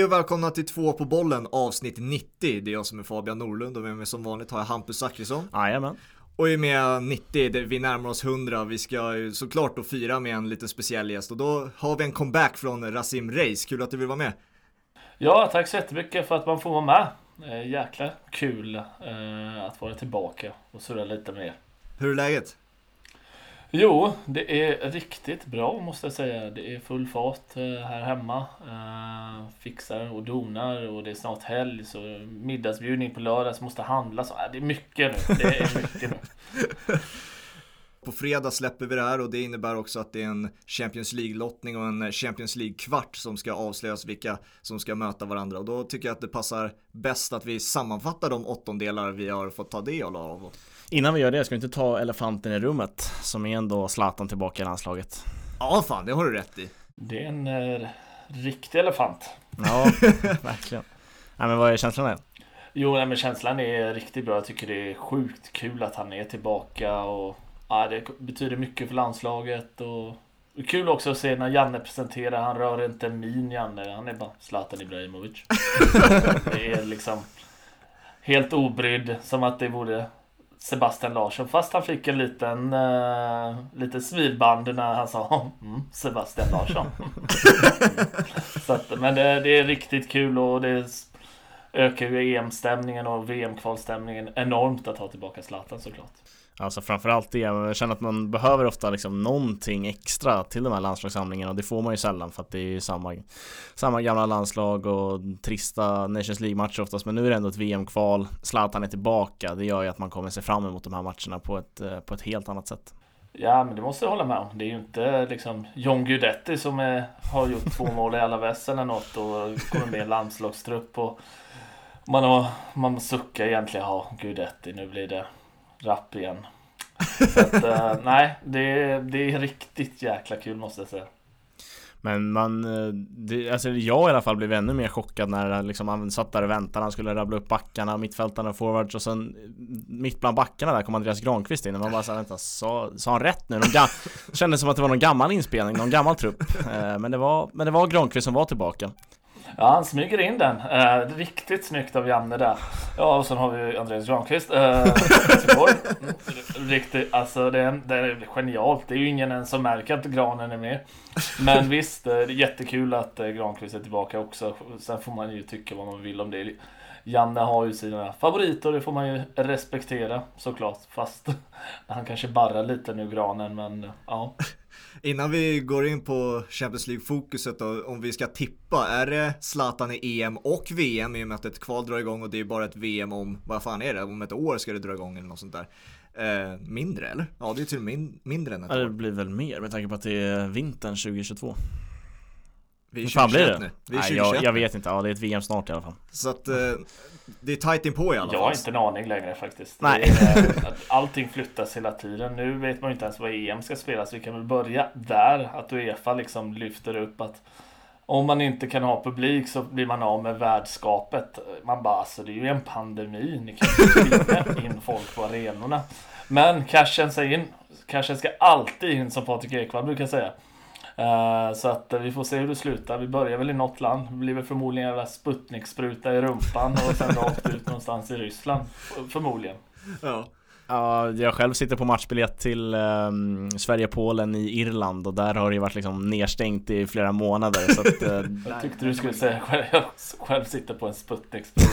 Hej och välkomna till 2 på bollen, avsnitt 90. Det är jag som är Fabian Norlund och med mig som vanligt har jag Hampus Zachrisson. Jajamän. Och i med 90, vi närmar oss 100. Vi ska ju såklart då fira med en lite speciell gäst. Och då har vi en comeback från Rasim Reis. Kul att du vill vara med. Ja, tack så jättemycket för att man får vara med. Jäkla kul att vara tillbaka och surra lite med er. Hur är läget? Jo, det är riktigt bra måste jag säga. Det är full fart här hemma. Fixar och donar och det är snart helg. Så middagsbjudning på lördag så måste handlas. Det är mycket nu. Det är mycket nu. På fredag släpper vi det här och det innebär också att det är en Champions League-lottning och en Champions League-kvart som ska avslöjas vilka som ska möta varandra. Och då tycker jag att det passar bäst att vi sammanfattar de åttondelar vi har fått ta del av. Innan vi gör det ska vi inte ta elefanten i rummet som är ändå Zlatan tillbaka i landslaget. Ja fan, det har du rätt i. Det är en riktig elefant. Ja, verkligen. Nej, men vad är känslan där? Jo, men känslan är riktigt bra. Jag tycker det är sjukt kul att han är tillbaka och det betyder mycket för landslaget och kul också att se när Janne presenterar. Han rör inte min Janne, han är bara Zlatan Ibrahimovic. Det är liksom helt obrydd, som att det vore Sebastian Larsson, fast han fick en lite svilband när han sa Sebastian Larsson. Så att, men det är riktigt kul och det ökar ju EM-stämningen och VM-kvalstämningen enormt att ha tillbaka Zlatan såklart. Alltså framförallt det, jag känner att man behöver ofta liksom någonting extra till de här landslagssamlingarna och det får man ju sällan för att det är ju samma gamla landslag och trista Nations League-matcher oftast, men nu är det ändå ett VM-kval, Zlatan är tillbaka, det gör ju att man kommer se fram emot de här matcherna på ett helt annat sätt. Ja, men det måste jag hålla med om. Det är ju inte liksom John Guidetti som har gjort 2 mål i alla väst eller något och kommer med en landslagstrupp och man suckar egentligen, Guidetti, nu blir det rapp igen. Så att, nej, det är riktigt jäkla kul måste jag säga. Men alltså jag i alla fall blev ännu mer chockad när liksom han satt där och väntade. Han skulle rabbla upp backarna, mittfältarna och forwards och sen mitt bland backarna där kom Andreas Granqvist in och man bara såhär, vänta, sa han rätt nu? Det kändes som att det var någon gammal inspelning, någon gammal trupp. Men det var Granqvist som var tillbaka. Ja, han smyger in den. Riktigt snyggt av Janne där. Ja, och sen har vi Andreas Granqvist. Riktigt, alltså det är genialt. Det är ju ingen än som märker att Granen är med. Men visst, det är jättekul att Granqvist är tillbaka också. Sen får man ju tycka vad man vill om det. Janne har ju sina favoriter, det får man ju respektera såklart. Fast han kanske barrar lite nu, Granen, men ja. Innan vi går in på Champions League-fokuset då, om vi ska tippa, är det Zlatan i EM och VM i och med att ett kval drar igång och det är bara ett VM om, vad fan är det? Om ett år ska det dra igång eller något sånt där. Mindre eller? Ja, det är till mindre än ett år. Det blir väl mer med tanke på att det är vintern 2022. Vi är 2021 nu. Vi är 2021. Jag vet inte, det är ett VM snart i alla fall. Så att det är tajt in på i alla fall. Jag har inte en aning längre faktiskt. Nej. Allting flyttas hela tiden. Nu vet man ju inte ens vad EM ska spelas. Vi kan väl börja där. Att UEFA liksom lyfter upp att om man inte kan ha publik så blir man av med värdskapet. Man bara, alltså det är ju en pandemi. Ni kan inte tvinga in folk på arenorna. Men cashen ska alltid in, som Patrik Ekwall brukar säga. Så att vi får se hur det slutar. Vi börjar väl i något land. Det blir väl förmodligen en Sputnik-spruta i rumpan och sen rakt ut någonstans i Ryssland. Förmodligen. Ja. Ja, jag själv sitter på matchbiljett till Sverige-Polen i Irland och där har det varit liksom nedstängt i flera månader så att, jag tyckte du skulle säga jag själv sitter på en Sputnik-spruta.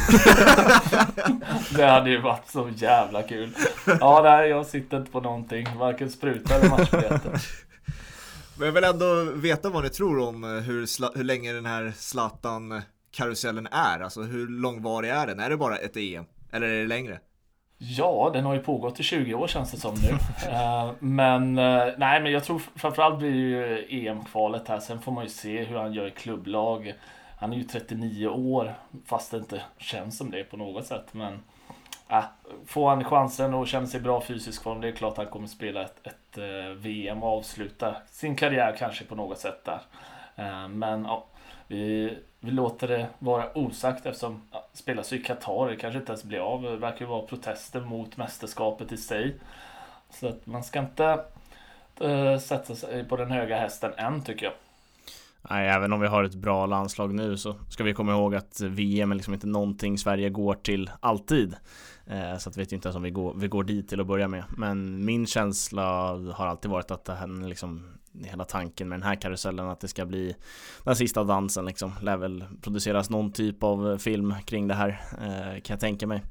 Det hade ju varit så jävla kul. Ja, nej, jag sitter inte på någonting, varken spruta eller matchbiljetter. Men jag vill ändå veta vad ni tror om hur länge den här Zlatan-karusellen är. Alltså hur långvarig är den? Är det bara ett EM? Eller är det längre? Ja, den har ju pågått i 20 år känns det som nu. Men jag tror framförallt blir ju EM-kvalet här. Sen får man ju se hur han gör i klubblag. Han är ju 39 år, fast det inte känns som det på något sätt. Men får han chansen och känner sig bra fysisk form, det är klart han kommer spela ett VM och avsluta sin karriär kanske på något sätt där. Men ja, vi låter det vara osagt eftersom spelas i Qatar, det kanske inte ens blir av. Det verkar ju vara protester mot mästerskapet i sig. Så att man ska inte sätta sig på den höga hästen än, tycker jag. Nej, även om vi har ett bra landslag nu så ska vi komma ihåg att VM är liksom inte någonting Sverige går till alltid. Så att vet ju inte ens om vi går dit till att börja med. Men min känsla har alltid varit att det här liksom, hela tanken med den här karusellen, att det ska bli den sista dansen liksom, lär väl produceras någon typ av film kring det här, kan jag tänka mig.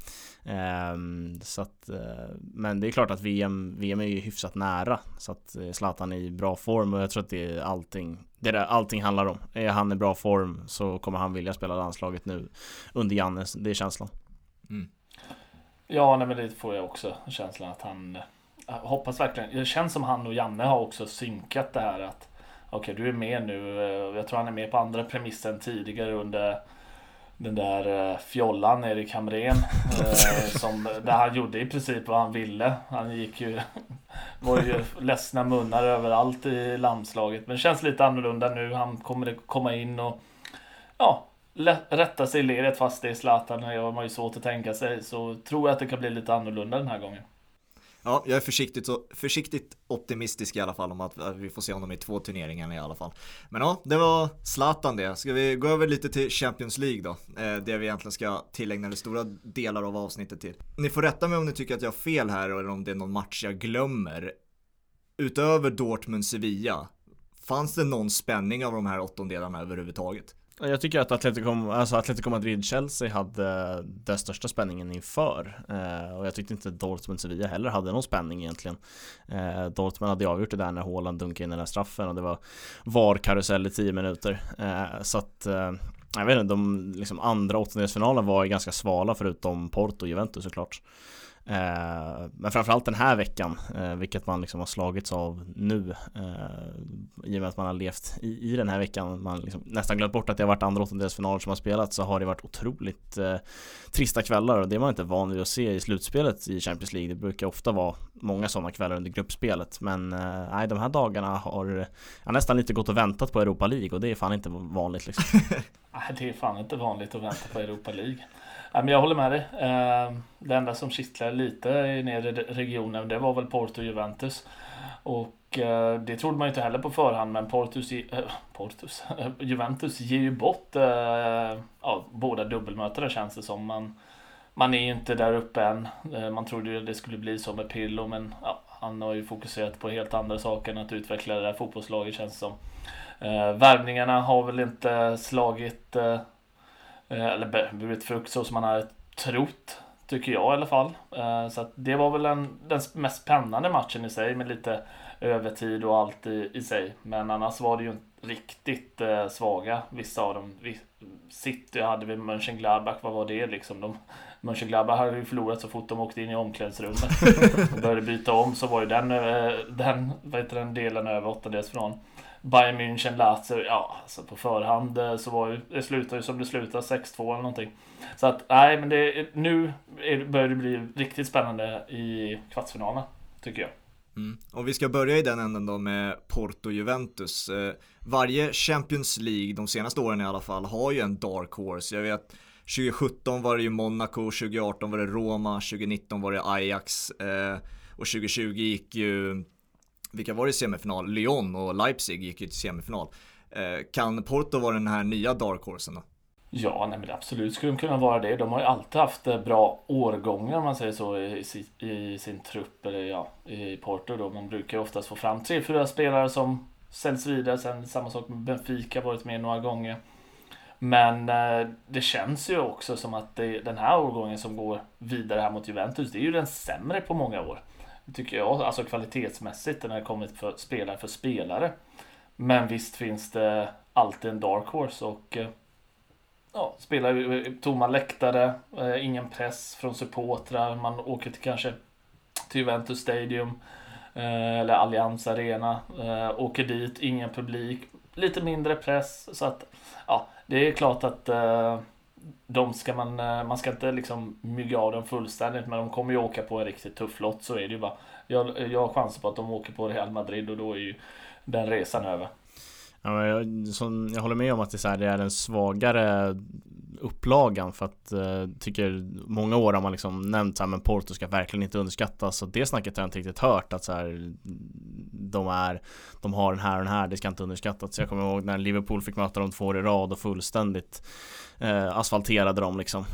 Så att, men det är klart att VM är ju hyfsat nära, så att Zlatan är i bra form, och jag tror att det är allting handlar om. Är han i bra form så kommer han vilja spela landslaget nu under Jannes, det är känslan. Ja, nej, men det får jag också känslan att han, jag hoppas verkligen, det känns som han och Janne har också synkat det här att okej, du är med nu, jag tror han är med på andra premisser än tidigare under den där fjollan Erik Hamrén, där han gjorde i princip vad han ville. Han var ju ledsna munnar överallt i landslaget, men det känns lite annorlunda nu. Han kommer komma in och rätta sig i ledet, fast det är Zlatan, och jag har ju svårt att tänka sig, så tror jag att det kan bli lite annorlunda den här gången. Ja, jag är försiktigt optimistisk i alla fall om att vi får se honom i 2 turneringar i alla fall. Men ja, det var Zlatan det. Ska vi gå över lite till Champions League då? Det vi egentligen ska tillägna det stora delar av avsnittet till. Ni får rätta mig om ni tycker att jag har fel här, eller om det är någon match jag glömmer. Utöver Dortmund-Sevilla, fanns det någon spänning av de här 8-delarna överhuvudtaget? Jag tycker att Atletico Madrid-Chelsea hade den största spänningen inför, och jag tyckte inte Dortmund-Sevilla heller hade någon spänning egentligen. Dortmund hade avgjort det där när Haaland dunkade in den där straffen, och det var VAR-karusell i 10 minuter. Så att jag vet inte, de liksom andra 8-delsfinalen var ju ganska svala, förutom Porto och Juventus såklart. Men framförallt den här veckan, vilket man liksom har slagits av nu, i och med att man har levt i den här veckan, man liksom nästan glömt bort att det har varit andra 8-delsfinaler som har spelat, så har det varit otroligt trista kvällar, och det är man inte van vid att se i slutspelet i Champions League. Det brukar ofta vara många sådana kvällar under gruppspelet, men nej, de här dagarna har jag nästan lite gått och väntat på Europa League, och det är fan inte vanligt liksom. Nej, det är fan inte vanligt att vänta på Europa League. Men jag håller med dig. Det enda som kittlar lite i nedre regionen, det var väl Porto och Juventus. Och det trodde man ju inte heller på förhand, men Juventus ger ju bort båda dubbelmötena, känns det som. Man är ju inte där uppe än. Man trodde ju det skulle bli som med Pirlo, men han har ju fokuserat på helt andra saker än att utveckla det där fotbollslaget, känns det som. Värvningarna har väl inte slagit eller burit frukt så som man hade trott, tycker jag i alla fall. Så att det var väl den mest spännande matchen i sig, med lite övertid och allt i sig. Men annars var det ju riktigt svaga, vissa av dem. City hade vi Mönchengladbach, vad var det liksom? Mönchengladbach hade ju förlorat så fort de åkte in i omklädningsrummet. De började byta om, så var ju den delen över 8-delsfinalen. Bayern München, Lazio, alltså på förhand så det slutade ju som det slutade, 6-2 eller någonting. Så att nej, men nu börjar det bli riktigt spännande i kvartsfinalen, tycker jag. Och vi ska börja i den änden då med Porto Juventus. Varje Champions League de senaste åren i alla fall har ju en dark horse. Jag vet 2017 var det ju Monaco, 2018 var det Roma, 2019 var det Ajax, och 2020 gick ju, vilka var det i semifinal? Lyon och Leipzig gick ju till semifinal. Kan Porto vara den här nya dark horsen då? Ja, nej, men absolut skulle de kunna vara det. De har ju alltid haft bra årgångar, om man säger så, i sin trupp, eller i Porto då. Man brukar ju oftast få fram 3-4 spelare som säljs vidare. Sen samma sak med Benfica, varit med några gånger. Men det känns ju också som att den här årgången som går vidare här mot Juventus, det är ju den sämre på många år, tycker jag, alltså kvalitetsmässigt, när det kommer för spelare. Men visst finns det alltid en dark horse, och spelar tomma läktare, ingen press från supportrar, man åker kanske till Juventus Stadium eller Allianz Arena, åker dit, ingen publik, lite mindre press, så att det är klart att man ska inte liksom mygga av dem fullständigt, men de kommer ju åka på en riktigt tuff lott, så är det ju bara. Jag har chanser på att de åker på Real Madrid, och då är ju den resan över. Ja, jag håller med om att det är den svagare upplagan, för att tycker många år har man liksom nämnt så här, men Porto ska verkligen inte underskattas, så det snacket har jag inte riktigt hört, att så här, de har den här, det ska inte underskattas. Jag kommer ihåg när Liverpool fick möta dem 2 år i rad och fullständigt asfalterade dem liksom.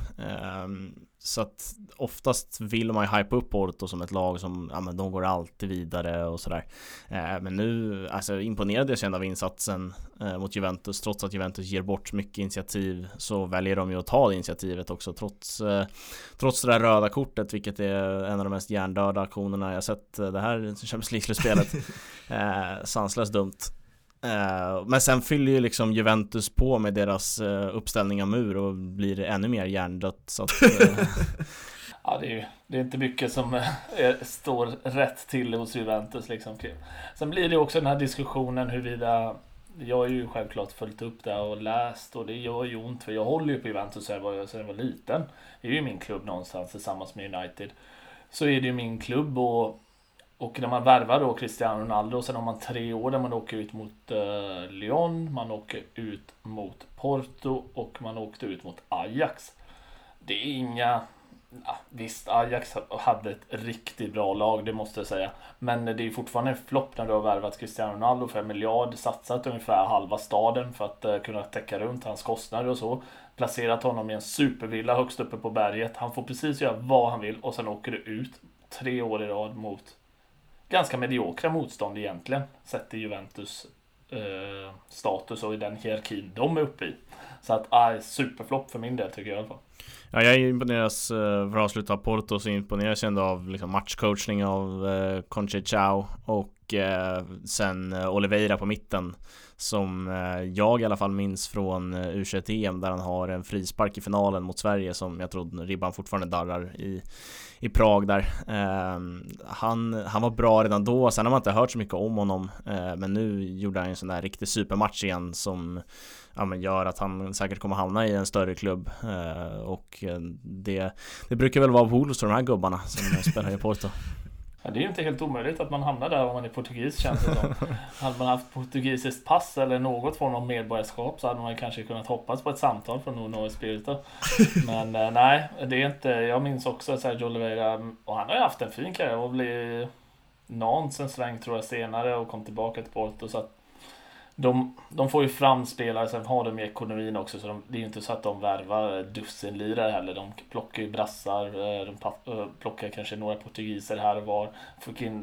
Så att oftast vill man ju hypa upp Porto som ett lag som, ja men de går alltid vidare och sådär. Men nu, alltså imponerades jag av insatsen mot Juventus. Trots att Juventus ger bort mycket initiativ så väljer de ju att ta det initiativet också trots det där röda kortet, vilket är en av de mest hjärndöda aktionerna jag sett det här Champions League-slutspelet. Sanslöst dumt. Men sen fyller ju liksom Juventus på med deras uppställning av mur och blir ännu mer hjärndött så att, Ja, det är inte mycket som står rätt till hos Juventus liksom. Sen blir det också den här diskussionen huruvida, jag har ju självklart följt upp det och läst, och det gör ju ont för jag håller ju på Juventus sedan jag var liten. Det är ju min klubb någonstans tillsammans med United. Så är det ju min klubb, och när man värvar då Cristiano Ronaldo, sen har man 3 år där man åker ut mot Lyon, man åker ut mot Porto och man åkte ut mot Ajax. Det är inga... Ja, visst, Ajax hade ett riktigt bra lag, det måste jag säga. Men det är fortfarande en flopp när du har värvat Cristiano Ronaldo för 1 miljard, satsat ungefär halva staden för att kunna täcka runt hans kostnader och så. Placerat honom i en supervilla högst uppe på berget. Han får precis göra vad han vill och sen åker du ut 3 år i rad mot ganska mediokra motstånd egentligen, sett i Juventus status och i den hierarkin de är uppe i. Så att superflopp för min del tycker jag i alla fall. Ja, jag imponeras för att avsluta Porto, så imponeras jag ändå av liksom matchcoachning av Conceição och sen Oliveira på mitten, som jag i alla fall minns från U21-EM där han har en frispark i finalen mot Sverige som jag tror ribban fortfarande darrar i Prag där. Han var bra redan då, sen har man inte hört så mycket om honom, men nu gjorde han en sån där riktig supermatch igen som gör att han säkert kommer hamna i en större klubb, och det brukar väl vara Wolves och de här gubbarna som spelar i Porto. Ja, det är ju inte helt omöjligt att man hamnar där om man är portugis, känns det som. Hade man haft portugisiskt pass eller något form av medborgarskap så hade man kanske kunnat hoppas på ett samtal från Nuno Espirito. Men nej, det är inte. Jag minns också att Sergio Oliveira, och han har ju haft en fin karriär och blev någonsin sväng tror jag senare och kom tillbaka till Porto, så att de får ju fram spelare, sen har de ju ekonomin också, så det är ju inte så att de värvar dussinlirare heller. De plockar ju brassar, de plockar kanske några portugiser här och var. Fick in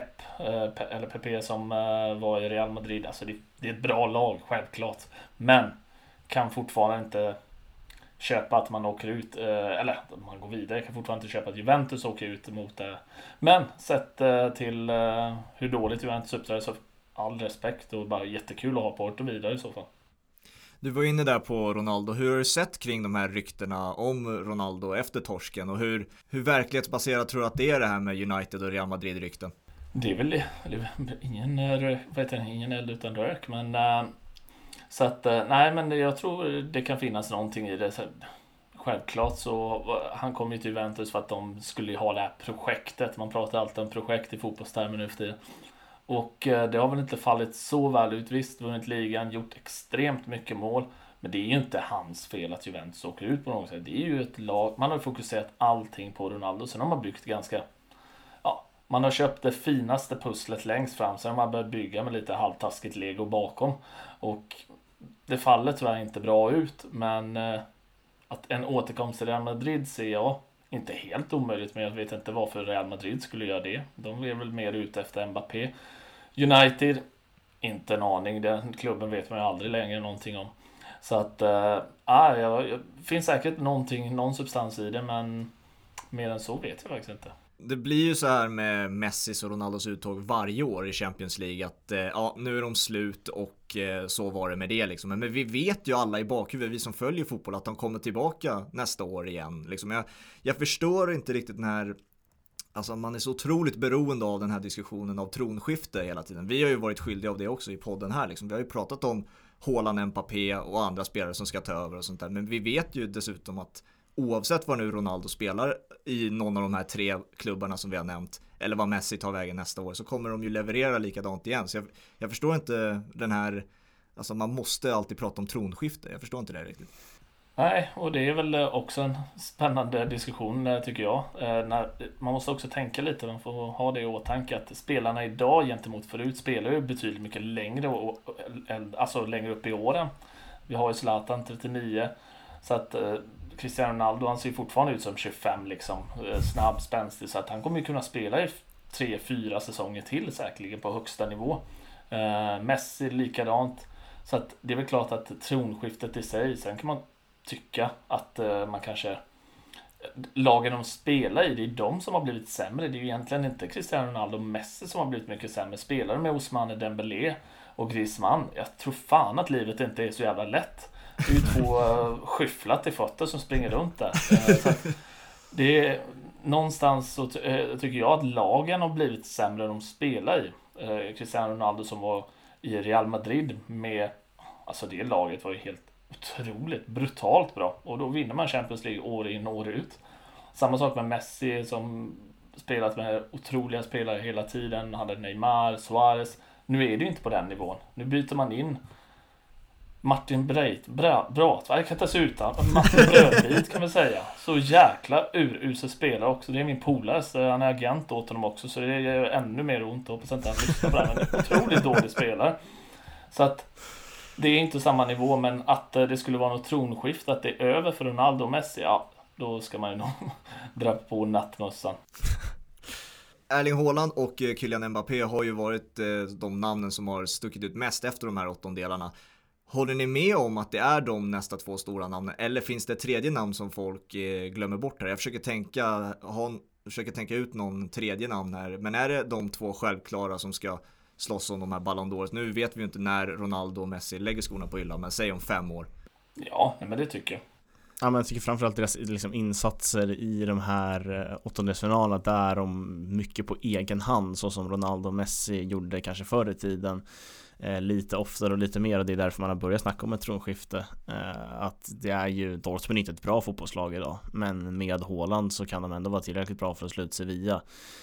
Pepe som var i Real Madrid. Alltså det är ett bra lag, självklart. Men kan fortfarande inte köpa att man åker ut, eller man går vidare. Kan fortfarande inte köpa att Juventus åker ut mot det. Men sett till hur dåligt Juventus uppträder, så all respekt och bara jättekul att ha Porto vidare i så fall. Du var inne där på Ronaldo. Hur har du sett kring de här ryktena om Ronaldo efter torsken? Och hur verklighetsbaserat tror du att det är det här med United och Real Madrid-rykten? Det är väl ingen eld utan rök. Men så att nej, men jag tror det kan finnas någonting i det. Så, självklart så han kom ju till Juventus för att de skulle ha det här projektet. Man pratar alltid om projekt i fotbollstermer nu för tiden. Och det har väl inte fallit så väl ut. Visst, vunnit ligan, gjort extremt mycket mål. Men det är ju inte hans fel att Juventus åker ut på något sätt. Det är ju ett lag, man har fokuserat allting på Ronaldo. Sen har man byggt ganska, man har köpt det finaste pusslet längst fram. Sen har man börjat bygga med lite halvtaskigt Lego bakom. Och det faller tyvärr inte bra ut. Men att en återkomst till Real Madrid ser jag inte helt omöjligt, men jag vet inte varför Real Madrid skulle göra det. De är väl mer ute efter Mbappé. United, inte en aning. Den klubben vet man ju aldrig längre någonting om. Så att, det finns säkert någon substans i det, men mer än så vet jag faktiskt inte. Det blir ju så här med Messis och Ronaldos uttåg varje år i Champions League att nu är de slut och så var det med det liksom. Men vi vet ju alla i bakhuvudet, vi som följer fotboll, att de kommer tillbaka nästa år igen liksom. Jag förstår inte riktigt den här, alltså man är så otroligt beroende av den här diskussionen av tronskifte hela tiden. Vi har ju varit skyldiga av det också i podden här liksom. Vi har ju pratat om Haaland, Mbappé och andra spelare som ska ta över och sånt där. Men vi vet ju dessutom att oavsett vad nu Ronaldo spelar i någon av de här 3 klubbarna som vi har nämnt, eller vad Messi tar vägen nästa år, så kommer de ju leverera likadant igen. Så jag förstår inte den här, alltså man måste alltid prata om tronskifte. Jag förstår inte det riktigt. Nej, och det är väl också en spännande diskussion tycker jag. Man måste också tänka lite, man får ha det i åtanke att spelarna idag gentemot förut spelar ju betydligt mycket längre, alltså längre upp i åren. Vi har ju Zlatan 39, så att Cristiano Ronaldo, han ser fortfarande ut som 25 liksom, snabb, spänstig, så att han kommer ju kunna spela i 3-4 säsonger till säkerligen på högsta nivå. Messi likadant. Så att det är väl klart att tronskiftet i sig, sen kan man tycka att man kanske lagen de spelar i, det är de som har blivit sämre. Det är ju egentligen inte Cristiano Ronaldo och Messi som har blivit mycket sämre. Spelare med Ousmane Dembélé och Griezmann, jag tror fan att livet inte är så jävla lätt. Det är ju två skyfflat i fötter som springer runt där. Så att det är någonstans så tycker jag att lagen har blivit sämre än de spelar i. Cristiano Ronaldo som var i Real Madrid med, alltså det laget var ju helt otroligt brutalt bra, och då vinner man Champions League år in och år ut. Samma sak med Messi som spelat med otroliga spelare hela tiden, hade Neymar, Suarez. Nu är det ju inte på den nivån. Nu byter man in Martin Braithwaite, jag kan inte se utan Martin Brödbit kan vi säga. Så jäkla urusel spelare också. Det är min polare, så han är agent åt honom också, så det gör ännu mer ont. Hoppas inte han lyssnar på det, men det är en otroligt dålig spelare. Så att det är inte samma nivå, men att det skulle vara något tronskift, att det är över för Ronaldo och Messi, ja, då ska man ju nog dra på nattmössan. Erling Haaland och Kylian Mbappé har ju varit de namnen som har stuckit ut mest efter de här åttondelarna. Håller ni med om att det är de nästa två stora namnen, eller finns det ett tredje namn som folk glömmer bort här? Jag försöker tänka ut någon tredje namn här, men är det de två självklara som ska slåss om de här Ballon d'Or? Nu vet vi ju inte när Ronaldo och Messi lägger skorna på hyllan, men säg om 5 år. Ja, men det tycker jag. Ja, men jag tycker framförallt deras liksom insatser i de här åttondelsfinalerna, där de mycket på egen hand, så som Ronaldo och Messi gjorde kanske förr i tiden, lite oftare och lite mer, och det är därför man har börjat snacka om ett tronskifte. Att det är ju Dortmund inte ett bra fotbollslag idag, men med Haaland så kan de ändå vara tillräckligt bra för att sluta Sevilla.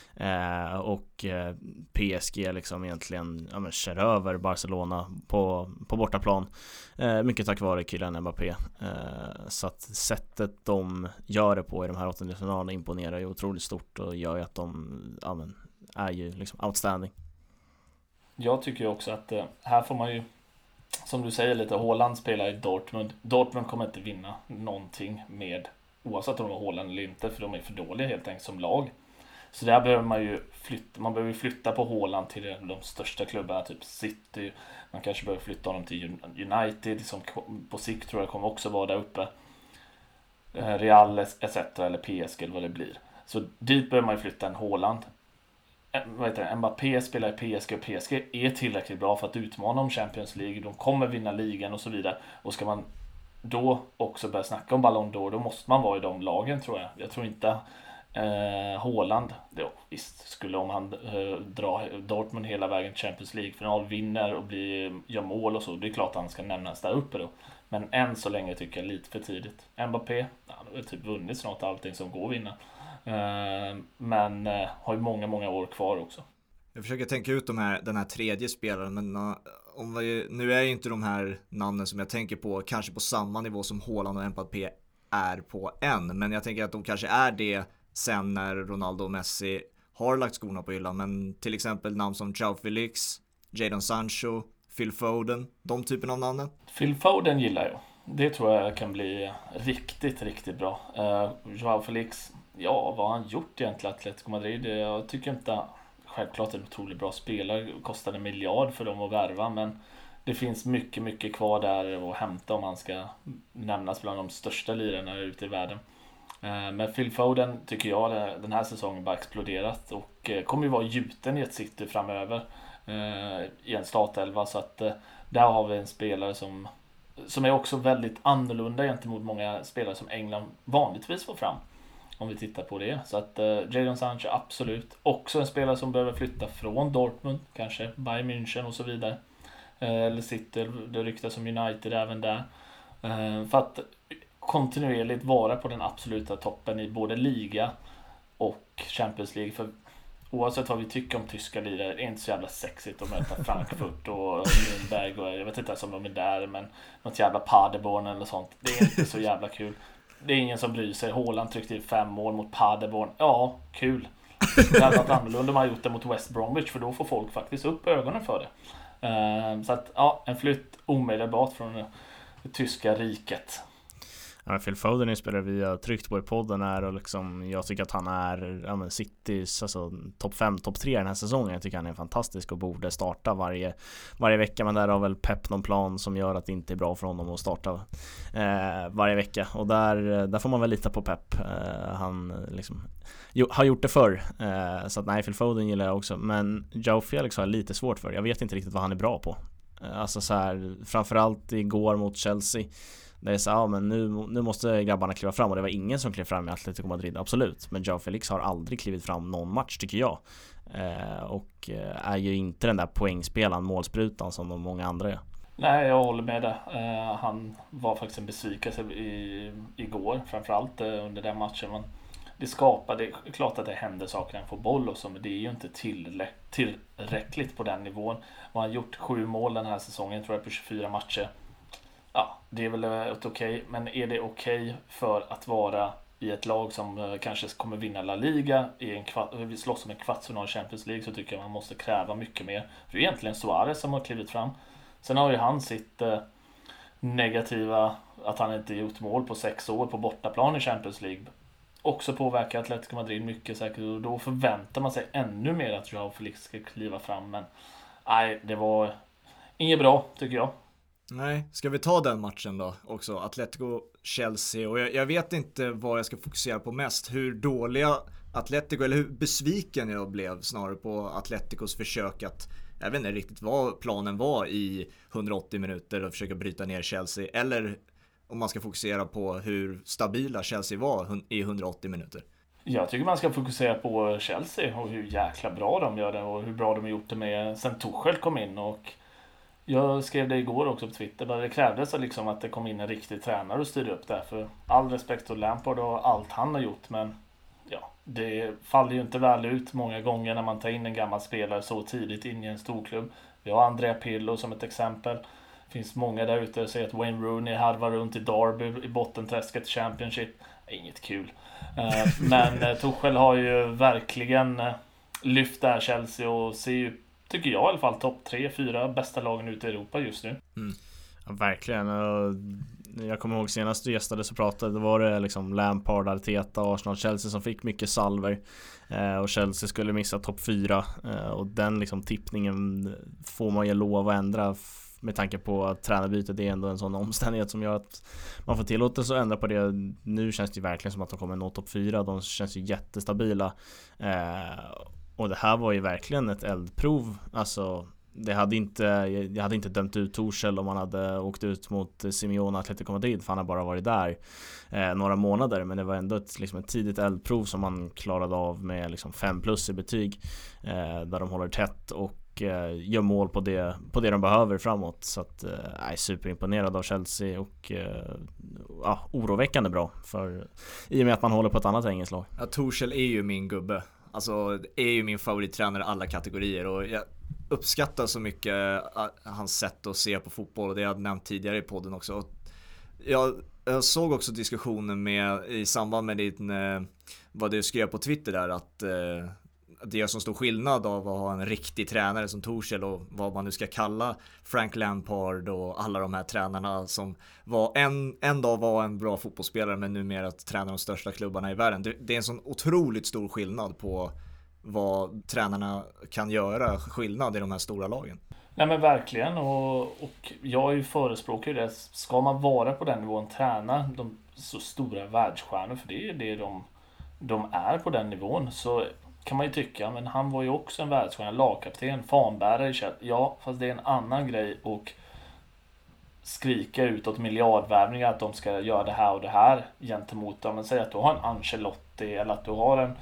Och PSG liksom egentligen kör över Barcelona på bortaplan, mycket tack vare Kylian Mbappé. Så att sättet de gör det på i de här åttondelsfinalerna imponerar ju otroligt stort och gör ju att de är ju liksom outstanding. Jag tycker också att här får man ju, som du säger lite, Haaland spelar i Dortmund. Dortmund kommer inte vinna någonting med, oavsett om de har Haaland eller inte, för de är för dåliga helt enkelt som lag. Så där behöver man ju flytta på Haaland till de största klubbarna, typ City. Man kanske behöver flytta honom till United, som på sikt tror jag kommer också vara där uppe. Real etc. eller PSG eller vad det blir. Så dit behöver man ju flytta en Haaland. Mbappé spelar i PSG, och PSG är tillräckligt bra för att utmana om Champions League. De kommer vinna ligan och så vidare. Och ska man då också börja snacka om Ballon d'Or, då måste man vara i de lagen, tror jag. Jag tror inte Haaland, visst skulle, om han drar Dortmund hela vägen till Champions League-final, vinner och gör mål och så, det är klart att han ska nämnas där uppe då. Men än så länge tycker jag lite för tidigt. Mbappé, han har typ vunnit snart allting som går att vinna. Men har ju många år kvar också. Jag försöker tänka ut den här tredje spelaren, men nu är ju inte de här namnen som jag tänker på kanske på samma nivå som Haaland och Mbappé är på än, men jag tänker att de kanske är det sen när Ronaldo och Messi har lagt skorna på hyllan. Men till exempel namn som Joao Felix, Jadon Sancho, Phil Foden, de typen av namnen. Phil Foden gillar jag. Det tror jag kan bli riktigt bra. Joao Felix, ja, vad har han gjort egentligen Atletico Madrid? Jag tycker inte, självklart en otroligt bra spelare, kostade 1 miljard för dem att värva, men det finns mycket kvar där att hämta om han ska nämnas bland de största lirarna ute i världen. Men Phil Foden tycker jag den här säsongen bara exploderat och kommer ju vara gjuten i ett City framöver i en startelva, så att där har vi en spelare som är också väldigt annorlunda gentemot många spelare som England vanligtvis får fram, om vi tittar på det. Så att Jadon Sancho absolut också en spelare som behöver flytta från Dortmund, kanske Bayern München och så vidare, eller City, det ryktas som United även där, för att kontinuerligt vara på den absoluta toppen i både liga och Champions League. För oavsett vad vi tycker om tyska lirare, det är inte så jävla sexigt att möta Frankfurt och Nürnberg och jag vet inte ens om de är där, men något jävla Paderborn eller sånt. Det är inte så jävla kul. Det är ingen som bryr sig. Haaland tryckte in 5 mål mot Paderborn. Ja, kul. Det hade varit annorlunda om man gjort det mot West Bromwich, för då får folk faktiskt upp ögonen för det. Så att, ja, en flytt omedelbart från det tyska riket. Ja, Phil Foden är spelare vi har tryckt på i podden här, och liksom, jag tycker att han är Citys alltså, topp 5, topp 3 den här säsongen. Jag tycker han är fantastisk och borde starta varje vecka, men där har väl Pep någon plan som gör att det inte är bra för honom att starta varje vecka, och där får man väl lita på Pep. Han liksom har gjort det förr, så att nej, Phil Foden gillar jag också, men Joao Felix har jag lite svårt för. Jag vet inte riktigt vad han är bra på. Alltså så här, framförallt igår mot Chelsea. Det är så, ja, men nu måste grabbarna kliva fram, och det var ingen som klev fram i Atletico Madrid, absolut. Men Joao Felix har aldrig klivit fram någon match, tycker jag. Och är ju inte den där poängspelaren, målsprutan som de många andra är. Nej, jag håller med det. Han var faktiskt en besvikelse igår, framförallt under den matchen. Men det är klart att det händer saker när han får boll och så, men det är ju inte tillräckligt på den nivån. Och han har gjort 7 mål den här säsongen, tror jag, på 24 matcher. Ja, det är väl ett okej, men är det okej för att vara i ett lag som kanske kommer vinna La Liga vi slåss om en kvartsfinal Champions League, så tycker jag man måste kräva mycket mer. För det är egentligen Suarez som har klivit fram. Sen har ju han sitt negativa, att han inte gjort mål på 6 år på bortaplan i Champions League, också påverkar Atletico Madrid mycket säkert, och då förväntar man sig ännu mer att Joao Felix ska kliva fram, men nej, det var inget bra, tycker jag. Nej, ska vi ta den matchen då också? Atletico-Chelsea, och jag vet inte vad jag ska fokusera på mest. Hur dåliga Atletico, eller hur besviken jag blev snarare på Atleticos försök att, jag vet inte riktigt vad planen var i 180 minuter och försöka bryta ner Chelsea, eller om man ska fokusera på hur stabila Chelsea var i 180 minuter. Jag tycker man ska fokusera på Chelsea och hur jäkla bra de gör det, och hur bra de har gjort det med sen Tuchel kom in. Och jag skrev det igår också på Twitter, där det krävdes liksom att det kom in en riktig tränare och styrde upp det. För all respekt till Lampard och allt han har gjort, men ja, det faller ju inte väl ut många gånger när man tar in en gammal spelare så tidigt in i en storklubb. Vi har Andrea Pirlo som ett exempel. Det finns många där ute som säger att Wayne Rooney harvar runt i Derby i bottenträsket Championship. Inget kul. Men Tuchel har ju verkligen lyft det här Chelsea och ser ju, tycker jag i alla fall, topp 3-4 bästa lagen ute i Europa just nu. Ja, verkligen. Jag kommer ihåg senast du gästade så pratade, var det liksom Lampard, Arteta, Arsenal, Chelsea som fick mycket salver, och Chelsea skulle missa topp 4, och den liksom tippningen får man ju lov att ändra med tanke på att tränarbytet är ändå en sån omständighet som gör att man får tillåtelse att ändra på det. Nu känns det verkligen som att de kommer nå topp 4. De känns ju jättestabila, och det här var ju verkligen ett eldprov. Alltså jag hade inte dömt ut Tuchel om man hade åkt ut mot Simeone och Atletico Madrid, för han har bara varit där några månader, men det var ändå ett tidigt eldprov som man klarade av med liksom 5+ i betyg, där de håller tätt och gör mål på det de behöver framåt. Så att jag är superimponerad av Chelsea, och oroväckande bra för, i och med att man håller på ett annat engelskt lag. Ja, Tuchel är ju min gubbe. Alltså är ju min favorittränare i alla kategorier, och jag uppskattar så mycket hans sätt att se på fotboll, och det jag hade nämnt tidigare i podden också. Jag såg också diskussionen i samband med vad du skrev på Twitter där, att det är som stor skillnad av att ha en riktig tränare som Tuchel och vad man nu ska kalla Frank Lampard och alla de här tränarna som var en dag var en bra fotbollsspelare, men numera att träna de största klubbarna i världen. Det är en sån otroligt stor skillnad på vad tränarna kan göra skillnad i de här stora lagen. Nej, men verkligen, och jag är ju förespråkare det. Ska man vara på den nivån, träna de så stora världsstjärnor, för det är det de är på den nivån, så kan man ju tycka, men han var ju också en världsstjärna, lagkapten, fanbärare. Ja, fast det är en annan grej, och skrika utåt miljardvärvningar att de ska göra det här och det här gentemot dem. Men säg att du har en Ancelotti, eller att du har en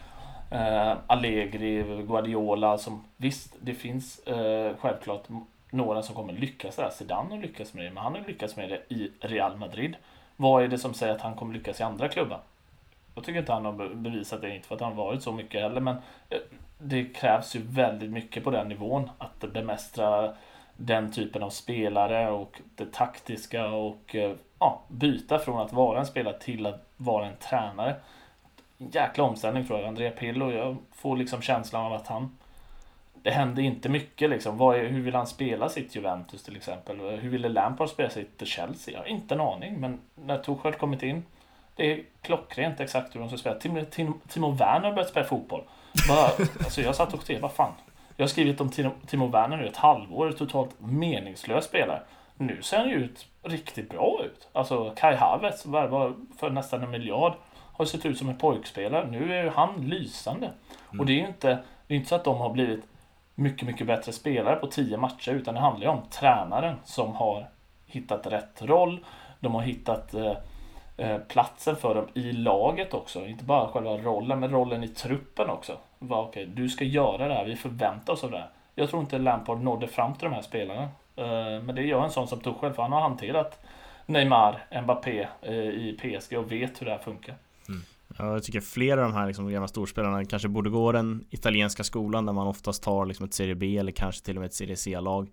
Allegri, Guardiola, som visst, det finns självklart några som kommer lyckas där. Zidane har lyckats med det, men han har lyckats med det i Real Madrid. Vad är det som säger att han kommer lyckas i andra klubbar? Jag tycker inte han har bevisat det, inte för att han har varit så mycket heller, men det krävs ju väldigt mycket på den nivån att bemästra den typen av spelare och det taktiska och byta från att vara en spelare till att vara en tränare. Jäkla omställning tror jag. Andrea Pirlo, jag får liksom känslan av att det hände inte mycket liksom. Hur vill han spela sitt Juventus till exempel? Hur ville Lampard spela sitt Chelsea? Jag har inte en aning, men när Tuchel kommit in, det är klockrent exakt hur de ska spela. Timo Werner har börjat spela fotboll. Alltså jag satt och tänkte, vad fan? Jag har skrivit om Timo Werner nu ett halvår, totalt meningslös spelare. Nu ser han ju ut riktigt bra ut. Alltså Kai Havertz var för nästan 1 miljard, har sett ut som en pojkspelare. Nu är ju han lysande. Och det är ju inte så att de har blivit mycket, mycket bättre spelare på 10 matcher, utan det handlar ju om tränaren som har hittat rätt roll. De har hittat platsen för dem i laget också. Inte bara själva rollen, men rollen i truppen också. Okej, du ska göra det här, vi förväntar oss av det här. Jag tror inte Lampard nådde fram till de här spelarna. Men det gör en sån som Tuchel, för han har hanterat Neymar, Mbappé i PSG och vet hur det här funkar. Ja, jag tycker flera av de här liksom, gamla storspelarna kanske borde gå den italienska skolan där man oftast tar liksom, ett Serie B eller kanske till och med ett Serie C-lag.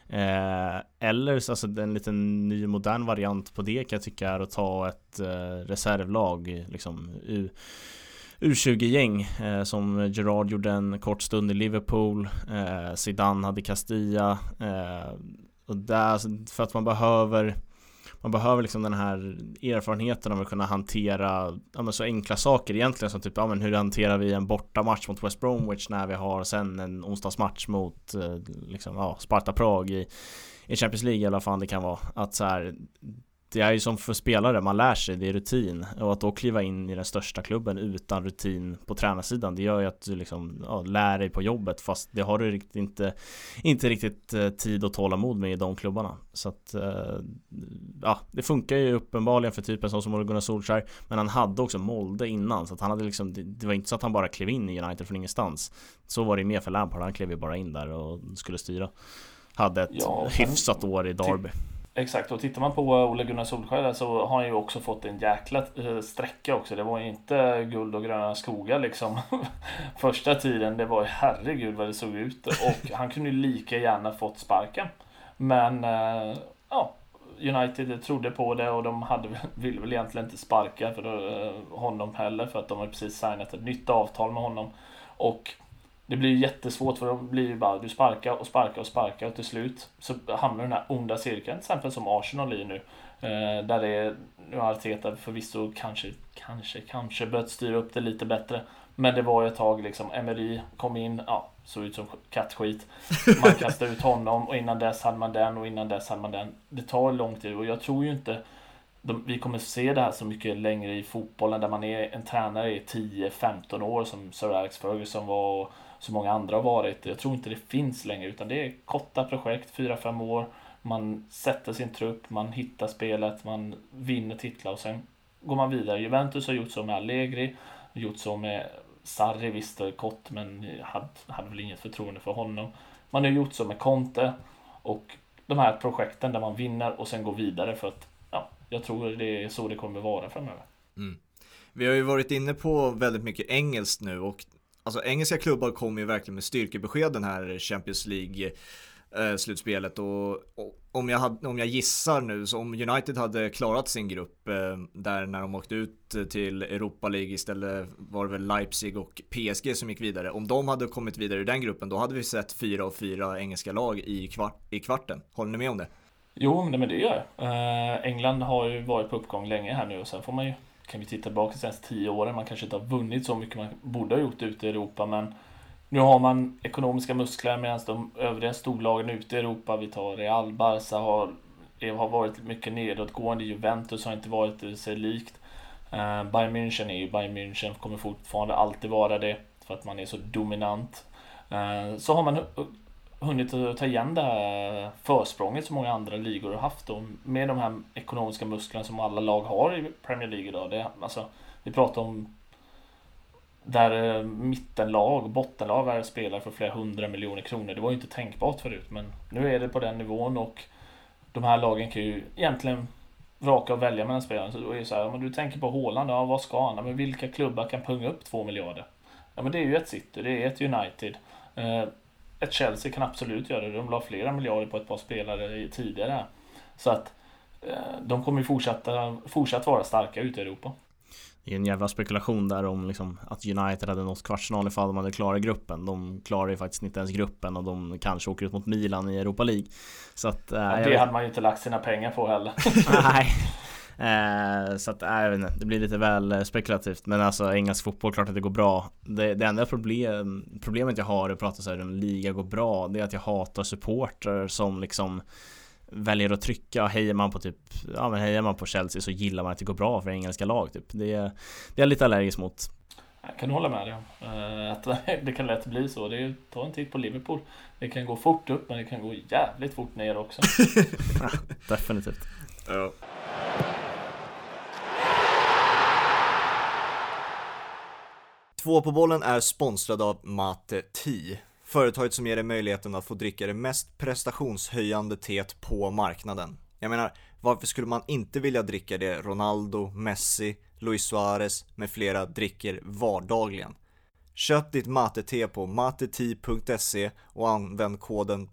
Eller alltså, en liten ny modern variant på det kan jag tycka är att ta ett reservlag, liksom U20-gäng som Gerrard gjorde en kort stund i Liverpool, Zidane hade Castilla, och där, för att man behöver liksom den här erfarenheten av att kunna hantera så enkla saker egentligen som typ hur hanterar vi en bortamatch mot West Bromwich när vi har sen en onsdagsmatch mot Sparta Prag i Champions League, eller vad fan det kan vara. Att så här, det är ju som för spelare, man lär sig, det är rutin, och att då kliva in i den största klubben utan rutin på tränarsidan, det gör ju att du liksom lär dig på jobbet, fast det har du inte riktigt tid och tålamod med i de klubbarna. Så att det funkar ju uppenbarligen för typen som Ole Gunnar Solskjaer, men han hade också Molde innan, så att han hade liksom, det var inte så att han bara klev in i United från ingenstans. Så var det mer för Lampard, han klev ju bara in där och skulle styra. Hade ett hyfsat år i Derby. Exakt, och tittar man på Ole Gunnar Solskjaer så har han ju också fått en jäkla sträcka också. Det var ju inte guld och gröna skogar liksom första tiden. Det var ju herregud vad det såg ut. Och han kunde ju lika gärna fått sparken. Men United trodde på det, och de ville väl egentligen inte sparka för honom heller, för att de har precis signat ett nytt avtal med honom. Och det blir jättesvårt, för de blir ju bara, du sparkar och till slut så hamnar den här onda cirkeln, till exempel som Arsenal i nu, där det är, nu har Arteta förvisso kanske börjat styra upp det lite bättre, men det var ju ett tag liksom, Emery kom in, såg ut som kattskit, man kastade ut honom, och innan dess hade man den, och innan dess hade man den. Det tar lång tid, och jag tror ju inte vi kommer se det här så mycket längre i fotbollen, där man är en tränare i 10-15 år som Sir Alex Ferguson var och så många andra har varit. Jag tror inte det finns längre, utan det är korta projekt, 4-5 år. Man sätter sin trupp, man hittar spelet, man vinner titlar och sen går man vidare. Juventus har gjort så med Allegri, gjort så med Sarri, visst kort, men hade väl inget förtroende för honom. Man har gjort så med Conte, och de här projekten där man vinner och sen går vidare, för att jag tror det är så det kommer vara framöver. Vi har ju varit inne på väldigt mycket engelskt nu, och alltså engelska klubbar kommer ju verkligen med styrkebesked den här Champions League slutspelet, och om jag gissar nu, så om United hade klarat sin grupp där när de åkte ut till Europa League, istället var det väl Leipzig och PSG som gick vidare, om de hade kommit vidare i den gruppen, då hade vi sett 4 av 4 engelska lag i kvarten. Håller ni med om det? Jo, men det gör jag. England har ju varit på uppgång länge här nu, och sen kan vi titta tillbaka de 10 åren. Man kanske inte har vunnit så mycket man borde ha gjort ute i Europa, men nu har man ekonomiska muskler, medan de övriga storlagen ute i Europa, vi tar Real, Barca har varit mycket nedåtgående. Juventus har inte varit sig likt. Bayern München är ju Bayern München, kommer fortfarande alltid vara det, för att man är så dominant. Så har man hunnit att ta igen det här försprånget som många andra ligor har haft, och med de här ekonomiska musklerna som alla lag har i Premier League idag. Vi pratar om där mittenlag, bottenlag är spelare för flera 100 miljoner kronor. Det var ju inte tänkbart förut, men nu är det på den nivån, och de här lagen kan ju egentligen vraka och välja mellan spelarna. Så då är det så här, om du tänker på Haaland, vad ska han? Men vilka klubbar kan punga upp 2 miljarder? Ja, men det är ju ett City, det är ett United. Ett Chelsea kan absolut göra det. De la flera miljarder på ett par spelare tidigare. Så att de kommer ju fortsatt vara starka ute i Europa. Det är en jävla spekulation där om liksom att United hade nått kvartsfinal ifall de hade klarat gruppen. De klarar ju faktiskt inte ens gruppen och de kanske åker ut mot Milan i Europa League. Så att, det hade man ju inte lagt sina pengar på heller. Nej. Så att jag vet inte, det blir lite väl spekulativt. Men alltså engelsk fotboll, klart att det går bra. Det enda problemet jag har att prata så här om liga går bra, det är att jag hatar supporter som liksom väljer att trycka. Hejar man på Chelsea så gillar man att det går bra för engelska lag typ. Det är jag lite allergisk mot. Jag kan hålla med dig om att det kan lätt bli så. Ta en titt på Liverpool. Det kan gå fort upp, men det kan gå jävligt fort ner också. Definitivt. Ja. Två på bollen är sponsrad av Mate Tea. Företaget som ger dig möjligheten att få dricka det mest prestationshöjande teet på marknaden. Jag menar, varför skulle man inte vilja dricka det Ronaldo, Messi, Luis Suarez med flera dricker vardagligen? Köp ditt mate-te på matetea.se och använd koden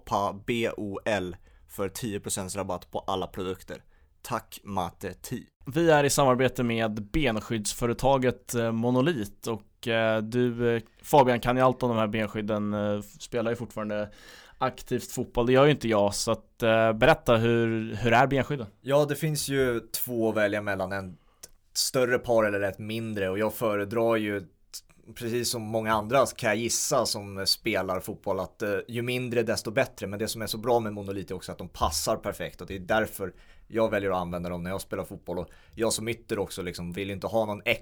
2PABOL för 10% rabatt på alla produkter. Tack Mate Tea. Vi är i samarbete med benskyddsföretaget Monolit och du Fabian kan ju allt om de här benskydden, spelar ju fortfarande aktivt fotboll, det gör ju inte jag, så att berätta hur är benskydden? Ja, det finns ju två att välja mellan, en större par eller ett mindre, och jag föredrar ju, precis som många andra kan jag gissa som spelar fotboll, att ju mindre desto bättre. Men det som är så bra med Monolit är också att de passar perfekt, och det är därför jag väljer att använda dem när jag spelar fotboll. Och jag som ytter också liksom vill inte ha någon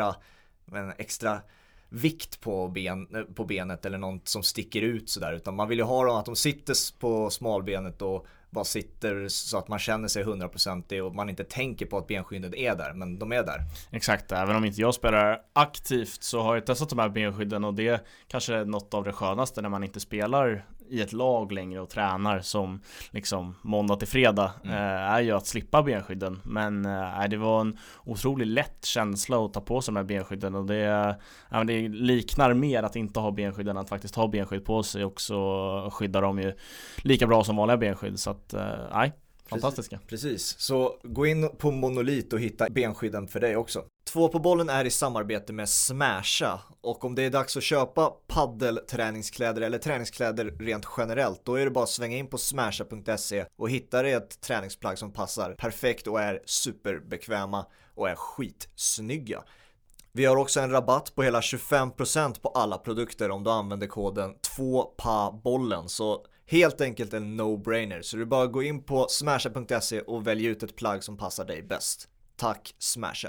extra vikt på benet eller något som sticker ut sådär, utan man vill ju ha dem att de sitter på smalbenet och bara sitter så att man känner sig 100% och man inte tänker på att benskydden är där, men de är där. Exakt, även om inte jag spelar aktivt så har jag testat de här benskydden, och det kanske är något av det skönaste när man inte spelar i ett lag längre och tränar som liksom måndag till fredag, är ju att slippa benskydden. Men det var en otroligt lätt känsla att ta på sig de här benskydden, och det liknar mer att inte ha benskydden än att faktiskt ha benskydd på sig, och så skyddar de ju lika bra som vanliga benskydd, så att fantastiska. Precis, så gå in på Monolit och hitta benskydden för dig också. Två på bollen är i samarbete med Smasha, och om det är dags att köpa paddelträningskläder eller träningskläder rent generellt, då är det bara att svänga in på smasha.se och hitta dig ett träningsplagg som passar perfekt och är superbekväma och är skitsnygga. Vi har också en rabatt på hela 25% på alla produkter om du använder koden 2PABOLLEN, så helt enkelt en no-brainer. Så du bara gå in på smasha.se och välj ut ett plagg som passar dig bäst. Tack Smasha.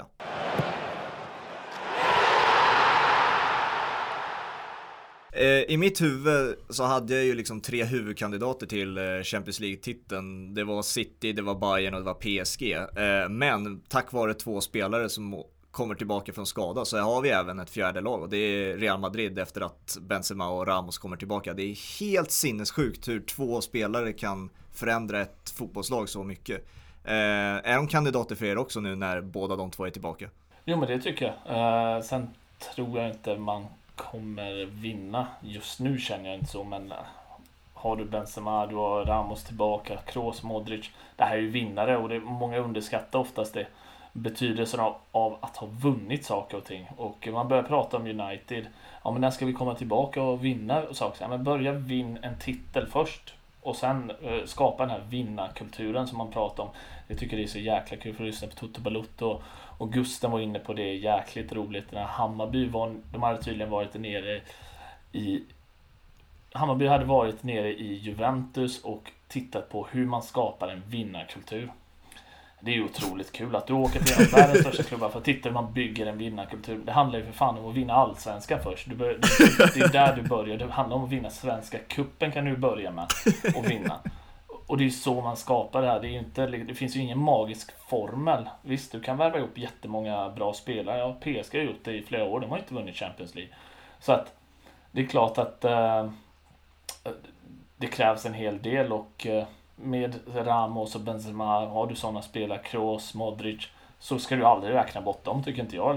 I mitt huvud så hade jag ju liksom 3 huvudkandidater till Champions League-titeln. Det var City, det var Bayern och det var PSG. Men tack vare 2 spelare som kommer tillbaka från skada så har vi även ett fjärde lag, och det är Real Madrid efter att Benzema och Ramos kommer tillbaka. Det är helt sinnessjukt hur 2 spelare kan förändra ett fotbollslag så mycket. Är de kandidater för er också nu när båda de 2 är tillbaka? Jo, men det tycker jag. Sen tror jag inte man kommer vinna. Just nu känner jag inte så, men har du Benzema, du har Ramos tillbaka, Kroos, Modric. Det här är ju vinnare, och det är många underskattar oftast det. Betydelsen av att ha vunnit saker och ting. Och man börjar prata om United. Ja, men när ska vi komma tillbaka och vinna och saker? Ja, men börja vinna en titel först. Och sen skapa den här vinnarkulturen som man pratar om. Jag tycker det är så jäkla kul för att lyssna på Toto Balotto. Och Gusten var inne på det, jäkligt roligt. När Hammarby de hade tydligen varit nere i... Hammarby hade varit nere i Juventus och tittat på hur man skapar en vinnarkultur. Det är ju otroligt kul att du åker till en av världens största klubbar för att titta hur man bygger en vinnarkultur. Det handlar ju för fan om att vinna allsvenskan först. Det är där du börjar. Det handlar om att vinna svenska kuppen, kan du börja med och vinna. Och det är ju så man skapar det här. Det finns ju ingen magisk formel. Visst, du kan värva ihop jättemånga bra spelare. Ja, PSG har gjort det i flera år. De har inte vunnit Champions League. Så att det är klart att det krävs en hel del, och med Ramos och Benzema, har du sådana spelare, Kroos, Modric, så ska du aldrig räkna bort dem, tycker inte jag i alla fall.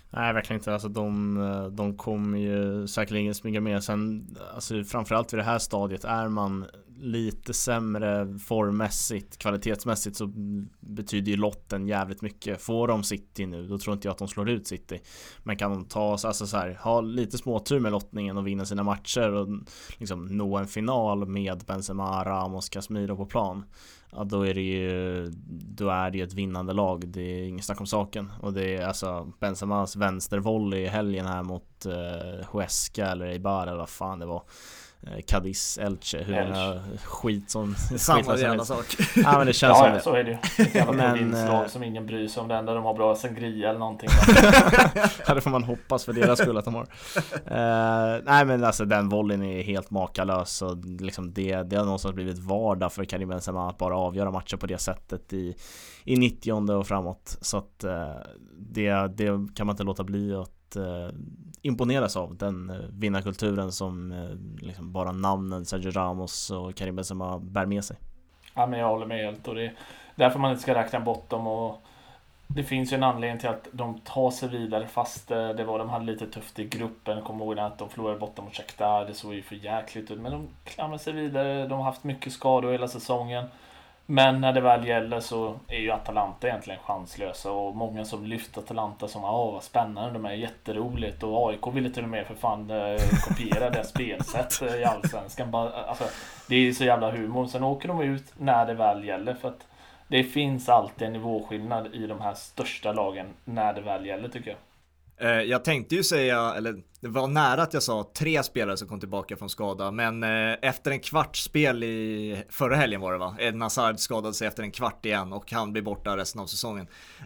Nej, verkligen inte. Alltså de kommer ju säkerligen smyga med. Sen, alltså framförallt vid det här stadiet, är man lite sämre formmässigt, kvalitetsmässigt, så betyder ju lotten jävligt mycket. Får de City nu, då tror inte jag att de slår ut City. Men kan de ta, alltså så här, ha lite småtur med lottningen och vinna sina matcher och liksom nå en final med Benzema, Ramos, Casemiro på plan, ja, då är det ju ett vinnande lag. Det är ingen snack om saken. Och det är alltså Benzemas vänstervolley i helgen här mot Huesca eller Eibar eller vad fan det var, Cadiz, Elche, hur många skit som samma jävla sak. Ja, men det känns som det. Så är det ju. Ett jävla Men, provinslag som ingen bryr sig om. Det enda de har bra sangria eller någonting. Ja, det får man hoppas för deras skull att de har. Nej, men alltså den volleyn är helt makalös, och liksom det har någonstans blivit vardag för Karim Benzema att bara avgöra matcher på det sättet i 90:e och framåt. Så att det kan man inte låta bli att imponeras av, den vinnarkulturen som liksom bara namnen Sergio Ramos och Karim Benzema bär med sig. Ja, men jag håller med helt, och det är därför man inte ska räkna bort dem, och det finns ju en anledning till att de tar sig vidare fast de hade lite tufft i gruppen. Kommer ihåg att de förlorade borta mot Shakhtar, det såg ju för jäkligt ut, men de klamrar sig vidare. De har haft mycket skador hela säsongen. Men när det väl gäller så är ju Atalanta egentligen chanslösa, och många som lyfter Atalanta som vad spännande, de är jätteroligt, och AIK ville till och med för fan kopiera det spelsätt i Allsvenskan. Alltså, det är så jävla humor. Sen åker de ut när det väl gäller, för att det finns alltid en nivåskillnad i de här största lagen när det väl gäller, tycker jag. Jag tänkte ju säga, eller det var nära att jag sa 3 spelare som kom tillbaka från skada, men efter en kvartsspel i förra helgen var det va? Eden Hazard skadade sig efter en kvart igen och han blir borta resten av säsongen.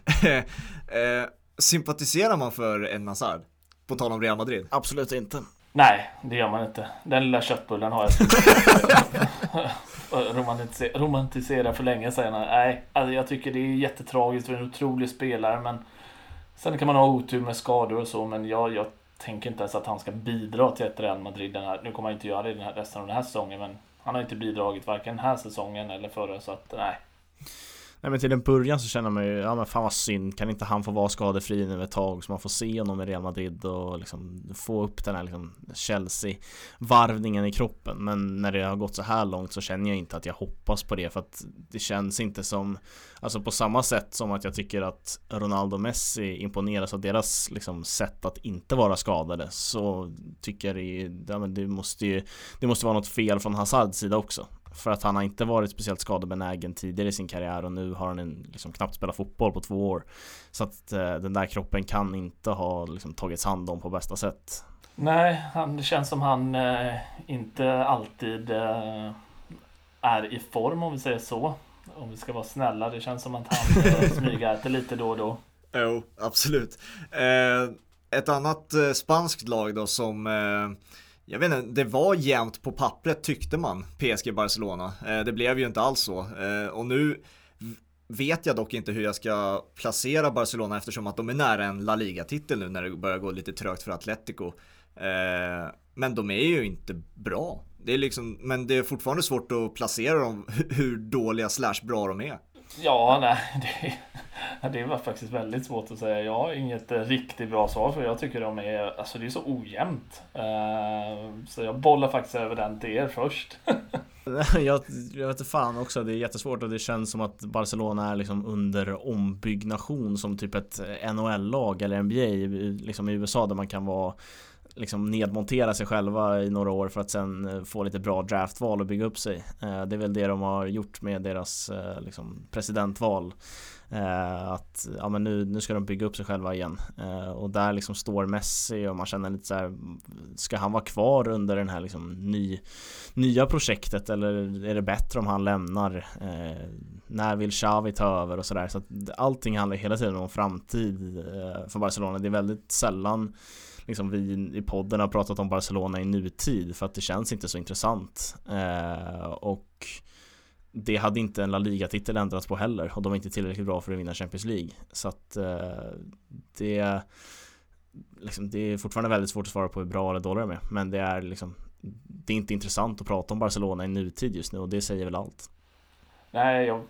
Sympatiserar man för Eden Hazard? På tal om Real Madrid? Absolut inte. Nej, det gör man inte. Den lilla köttbullen har jag romantisera för länge sedan. Nej, alltså jag tycker det är jättetragiskt för en otrolig spelare, men sen kan man ha otur med skador och så, men jag tänker inte ens att han ska bidra till ett Real Madrid nu kommer han inte göra det resten av den här säsongen, men han har inte bidragit varken den här säsongen eller förra, så att nej. Nej, men till en början så känner man ju, ja men fan vad synd, kan inte han få vara skadefri nu ett tag så man får se honom i Real Madrid och liksom få upp den här liksom Chelsea-varvningen i kroppen. Men när det har gått så här långt så känner jag inte att jag hoppas på det, för att det känns inte som, alltså på samma sätt som att jag tycker att Ronaldo och Messi imponeras av deras liksom sätt att inte vara skadade, så tycker jag det måste vara något fel från Hazards sida också. För att han har inte varit speciellt skadebenägen tidigare i sin karriär, och nu har han liksom knappt spelat fotboll på 2 år. Så att den där kroppen kan inte ha liksom tagits hand om på bästa sätt. Nej, det känns som han inte alltid är i form, om vi säger så. Om vi ska vara snälla, det känns som att han smyger lite då och då. Jo, absolut. Ett annat spanskt lag då som... jag vet inte, det var jämnt på pappret tyckte man, PSG Barcelona. Det blev ju inte alls så. Och nu vet jag dock inte hur jag ska placera Barcelona, eftersom att de är nära en La Liga-titel nu när det börjar gå lite trögt för Atletico. Men de är ju inte bra. Det är liksom, men det är fortfarande svårt att placera dem hur dåliga / bra de är. Ja, nej, det var faktiskt väldigt svårt att säga. Jag har inget riktigt bra svar, för jag tycker de är, alltså det är så ojämnt. Så jag bollar faktiskt över den till er först. Jag vet inte fan också, det är jättesvårt, och det känns som att Barcelona är liksom under ombyggnation som typ ett NHL-lag eller NBA liksom i USA, där man kan vara liksom nedmontera sig själva i några år för att sen få lite bra draftval och bygga upp sig. Det är väl det de har gjort med deras liksom presidentval. Att ja, men nu ska de bygga upp sig själva igen. Och där liksom står Messi, och man känner lite så här, ska han vara kvar under den här liksom nya projektet, eller är det bättre om han lämnar? När vill Xavi ta över och sådär. Så att allting handlar hela tiden om framtid för Barcelona. Det är väldigt sällan liksom vi i podden har pratat om Barcelona i nutid, för att det känns inte så intressant. Och det hade inte en La Liga-titel ändrats på heller, och de är inte tillräckligt bra för att vinna Champions League. Så att det är fortfarande väldigt svårt att svara på hur bra eller dåliga de är. Men det är inte intressant att prata om Barcelona i nutid just nu, och det säger väl allt. Nej, jag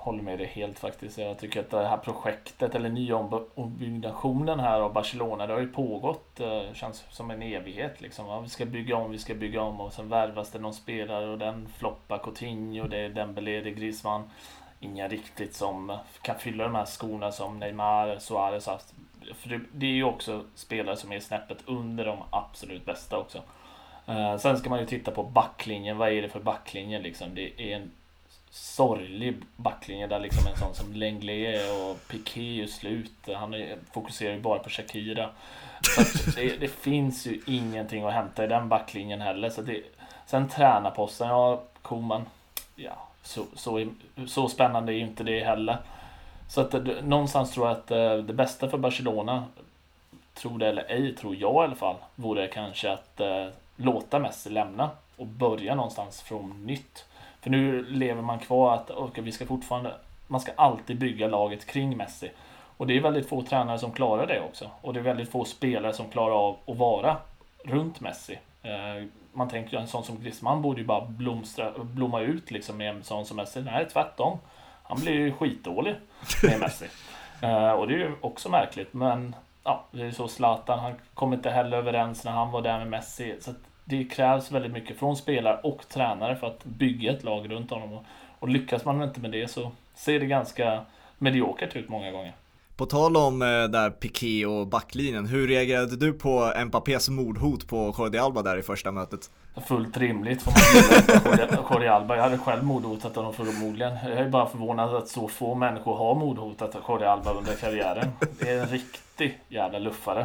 håller med dig helt faktiskt. Jag tycker att det här projektet eller nyombyggnationen här av Barcelona, det har ju pågått, känns som en evighet liksom. Ja, vi ska bygga om och sen värvas det någon spelare och den floppar Coutinho, det är Dembélé, det är Griezmann. Inga riktigt som kan fylla de här skorna som Neymar, Suarez haft. För det är ju också spelare som är snäppet under de absolut bästa också. Sen ska man ju titta på backlinjen. Vad är det för backlinje liksom? Det är en sorglig backlinje där liksom en sån som Lenglet och Piqué är slut. Han fokuserar ju bara på Shakira. Så att det finns ju ingenting att hämta i den backlinjen heller. Så sen tränarposten, ja, Koeman, ja, så spännande är ju inte det heller. Så att någonstans tror jag att det bästa för Barcelona, tror det eller ej, tror jag i alla fall, vore kanske att låta Messi lämna och börja någonstans från nytt. För nu lever man kvar att man ska alltid bygga laget kring Messi. Och det är väldigt få tränare som klarar det också. Och det är väldigt få spelare som klarar av att vara runt Messi. Man tänker ju en sån som Griezmann borde ju bara blomma ut liksom med en sån som Messi. Nej, tvärtom. Han blir ju skitdålig med Messi. Och det är ju också märkligt. Men ja, det är så Zlatan. Han kom inte heller överens när han var där med Messi. Så att det krävs väldigt mycket från spelare och tränare för att bygga ett lag runt honom. Och lyckas man inte med det så ser det ganska mediokert ut många gånger. På tal om där Piqué och backlinjen, hur reagerade du på Mbappés mordhot på Jordi Alba där i första mötet? Fullt rimligt får man gilla Jordi Alba. Jag hade själv mordhotat honom förmodligen. Jag är bara förvånad att så få människor har mordhotat Jordi Alba under karriären. Det är en riktig jävla luffare.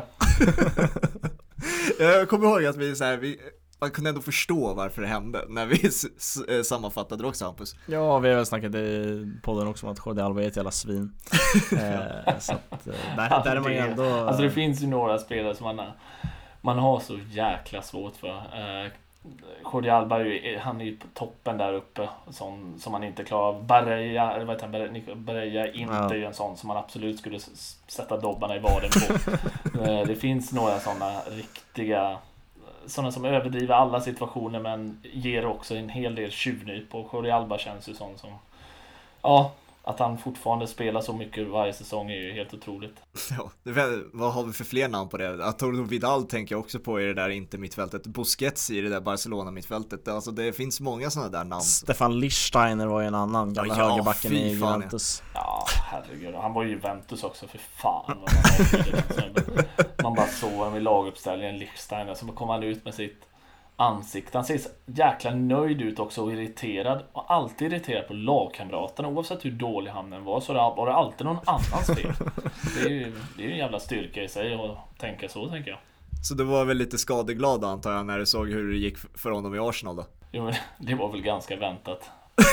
Jag kommer ihåg att man kunde ändå förstå varför det hände när vi sammanfattade det också, Hampus. Ja, vi har väl snackat i podden också om att Jordi Alba är ett jävla svin. Så att, där är man ju ändå... Alltså det finns ju några spelare som man har så jäkla svårt för. Jordi Alba han är ju på toppen där uppe som man inte klarar av. Barreja är inte ju en sån som man absolut skulle sätta dobbarna i vaden på. Det finns några sådana riktiga, sådana som överdriver alla situationer men ger också en hel del tjuvnyp. Och Jordi Alba känns ju sån som, ja, att han fortfarande spelar så mycket varje säsong är ju helt otroligt. Ja, vad har vi för fler namn på det? Arturo Vidal tänker jag också på i det där inte mittfältet. Busquets i det där Barcelona mittfältet. Alltså det finns många sådana där namn. Stefan Lichtsteiner var ju en annan gamla högerbacken i Juventus. Ja, herregud. Han var ju Juventus också, för fan. Man bara såg honom i laguppställningen, Lichtsteiner. Så kom han ut med sitt ansikte. Han ser så jäkla nöjd ut också och irriterad. Och alltid irriterad på lagkamraterna. Oavsett hur dålig han var så var det alltid någon annans fel. Det är ju en jävla styrka i sig att tänka så, tänker jag. Så det var väl lite skadeglad antar jag när du såg hur det gick för honom i Arsenal då? Jo, men det var väl ganska väntat.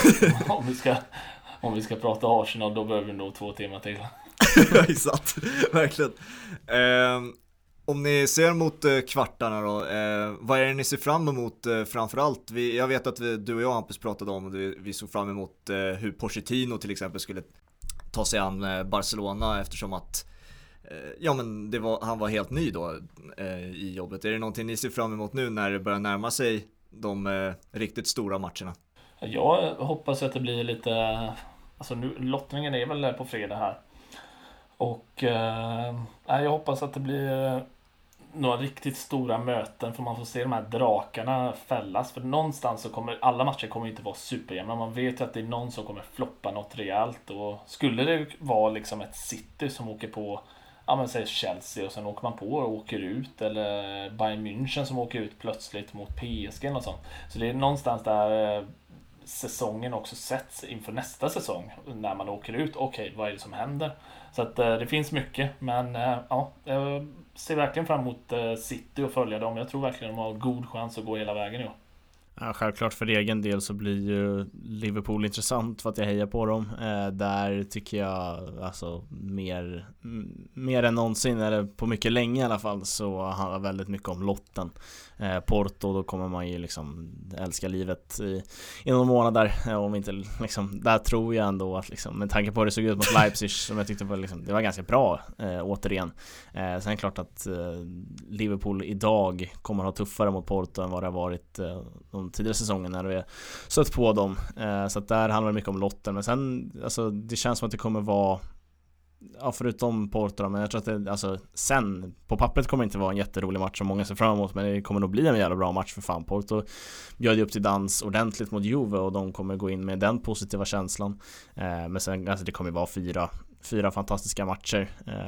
Om vi ska prata Arsenal då behöver vi nog 2 timmar till. Exakt, verkligen. Om ni ser mot kvartarna då, vad är det ni ser fram emot framförallt? Jag vet att du och jag, Hampus, pratade om och vi såg fram emot hur Pochettino till exempel skulle ta sig an Barcelona eftersom att han var helt ny då i jobbet. Är det någonting ni ser fram emot nu när det börjar närma sig de riktigt stora matcherna? Jag hoppas att det blir lite, alltså nu, lottningen är väl på fredag här. Och jag hoppas att det blir några riktigt stora möten, för man får se de här drakarna fällas. För någonstans så kommer alla matcher kommer inte vara superjämna. Man vet ju att det är någon som kommer floppa något rejält. Och skulle det vara liksom ett City som åker på, ja men säg Chelsea, och sen åker man på och åker ut, eller Bayern München som åker ut plötsligt mot PSG och sånt. Så det är någonstans där säsongen också sätts inför nästa säsong när man åker ut. Okej, vad är det som händer? Så att det finns mycket, men ja, jag ser verkligen fram emot City och följa dem. Jag tror verkligen de har god chans att gå hela vägen nu. Ja, självklart för egen del så blir ju Liverpool intressant för att jag hejar på dem. Där tycker jag alltså mer än någonsin, eller på mycket länge i alla fall, så handlar väldigt mycket om lotten. Porto, då kommer man ju liksom älska livet i någon månad där, om inte liksom, där tror jag ändå att liksom, med tanke på hur det såg ut mot Leipzig som jag tyckte var liksom, det var ganska bra återigen. Sen klart att Liverpool idag kommer ha tuffare mot Porto än vad det har varit de tidigare säsongen när vi har sött på dem, så att där handlar det mycket om lotten, men sen alltså, det känns som att det kommer vara, ja, förutom Porto, men jag tror att det, alltså, sen på pappret kommer det inte vara en jätterolig match som många ser fram emot, men det kommer nog bli en jävla bra match för fan. Porto bjöd ju upp till dans ordentligt mot Juve och de kommer gå in med den positiva känslan, men sen alltså, det kommer vara fyra fantastiska matcher,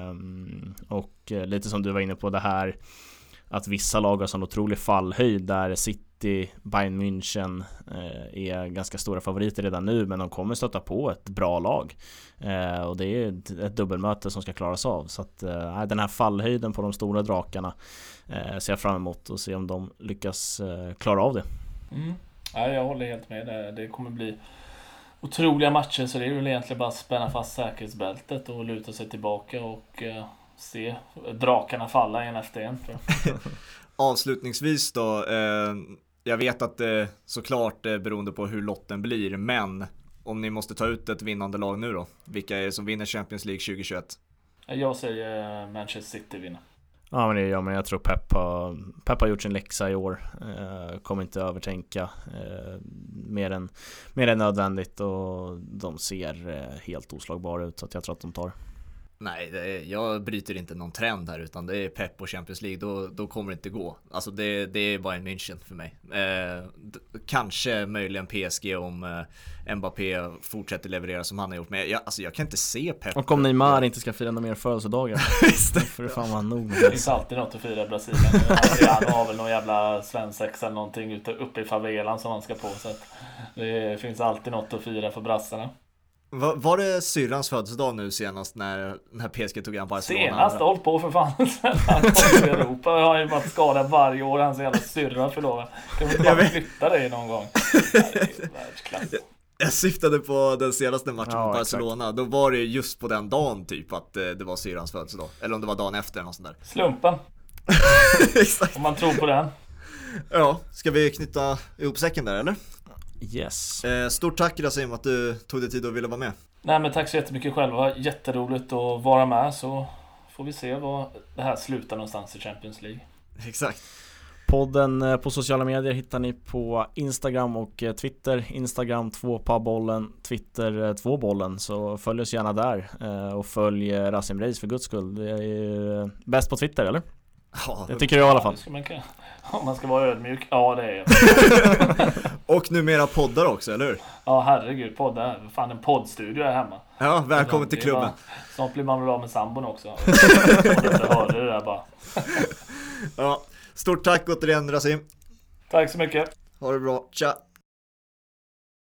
och lite som du var inne på det här att vissa lag har sån otrolig fallhöjd där City, Bayern München är ganska stora favoriter redan nu, men de kommer stöta på ett bra lag, och det är ett dubbelmöte som ska klaras av, så att den här fallhöjden på de stora drakarna ser jag fram emot och se om de lyckas klara av det. Ja, jag håller helt med. Det kommer bli otroliga matcher, så det är väl egentligen bara att spänna fast säkerhetsbältet och luta sig tillbaka och se drakarna falla en efter en. Avslutningsvis då, jag vet att det såklart är beroende på hur lotten blir, men om ni måste ta ut ett vinnande lag nu då, vilka är det som vinner Champions League 2021? Jag säger Manchester City vinner. Ja, men det är jag, men jag tror Pep har gjort sin läxa i år, kommer inte övertänka mer än nödvändigt, och de ser helt oslagbara ut, så att jag tror att de tar. Nej, jag bryter inte någon trend här, utan det är Pep och Champions League, då kommer det inte gå. Alltså det är bara en München för mig. Kanske möjligen PSG om Mbappé fortsätter leverera som han har gjort, men jag kan inte se Pep. Och om Neymar inte ska fira några mer födelsedagar. Visst, för fan var nog. Det finns alltid något att fira i Brasilien. Han har väl någon jävla svensex eller någonting uppe i favelan som han ska på, så att det finns alltid något att fira för brassarna. Var det syrrans födelsedag nu senast när PSG tog an Barcelona? Senast, håll på för fan. Han kommer i Europa. Jag har ju varit skadad varje år. Hans jävla syrra förlorar. Kan vi bara flytta dig någon gång? Jag syftade på den senaste matchen mot Barcelona. Exakt. Då var det just på den dagen typ att det var syrrans födelsedag. Eller om det var dagen efter eller något sånt där. Slumpen. Exakt. Om man tror på den. Ja, ska vi knyta ihop säcken där eller? Yes. Stort tack Rasim att du tog dig tid och ville vara med. Nej, men tack så jättemycket själva. Jätteroligt att vara med, så får vi se vad det här slutar någonstans i Champions League. Exakt. Podden på sociala medier hittar ni på Instagram och Twitter. Instagram 2pabollen, Twitter 2bollen, så följ oss gärna där, och följ Rasim Reis för guds skull. Det är ju bäst på Twitter, eller? Ja, det tycker jag i alla fall. Om man ska vara ödmjuk, ja det är jag. Och numera poddar också, eller hur? Ja, herregud, poddar. Fan, en poddstudio är hemma. Ja, välkommen till klubben. Snart blir man väl av med sambon också. Jag hörde det där bara. Ja, stort tack återigen Rasim. Tack så mycket. Ha det bra, tja.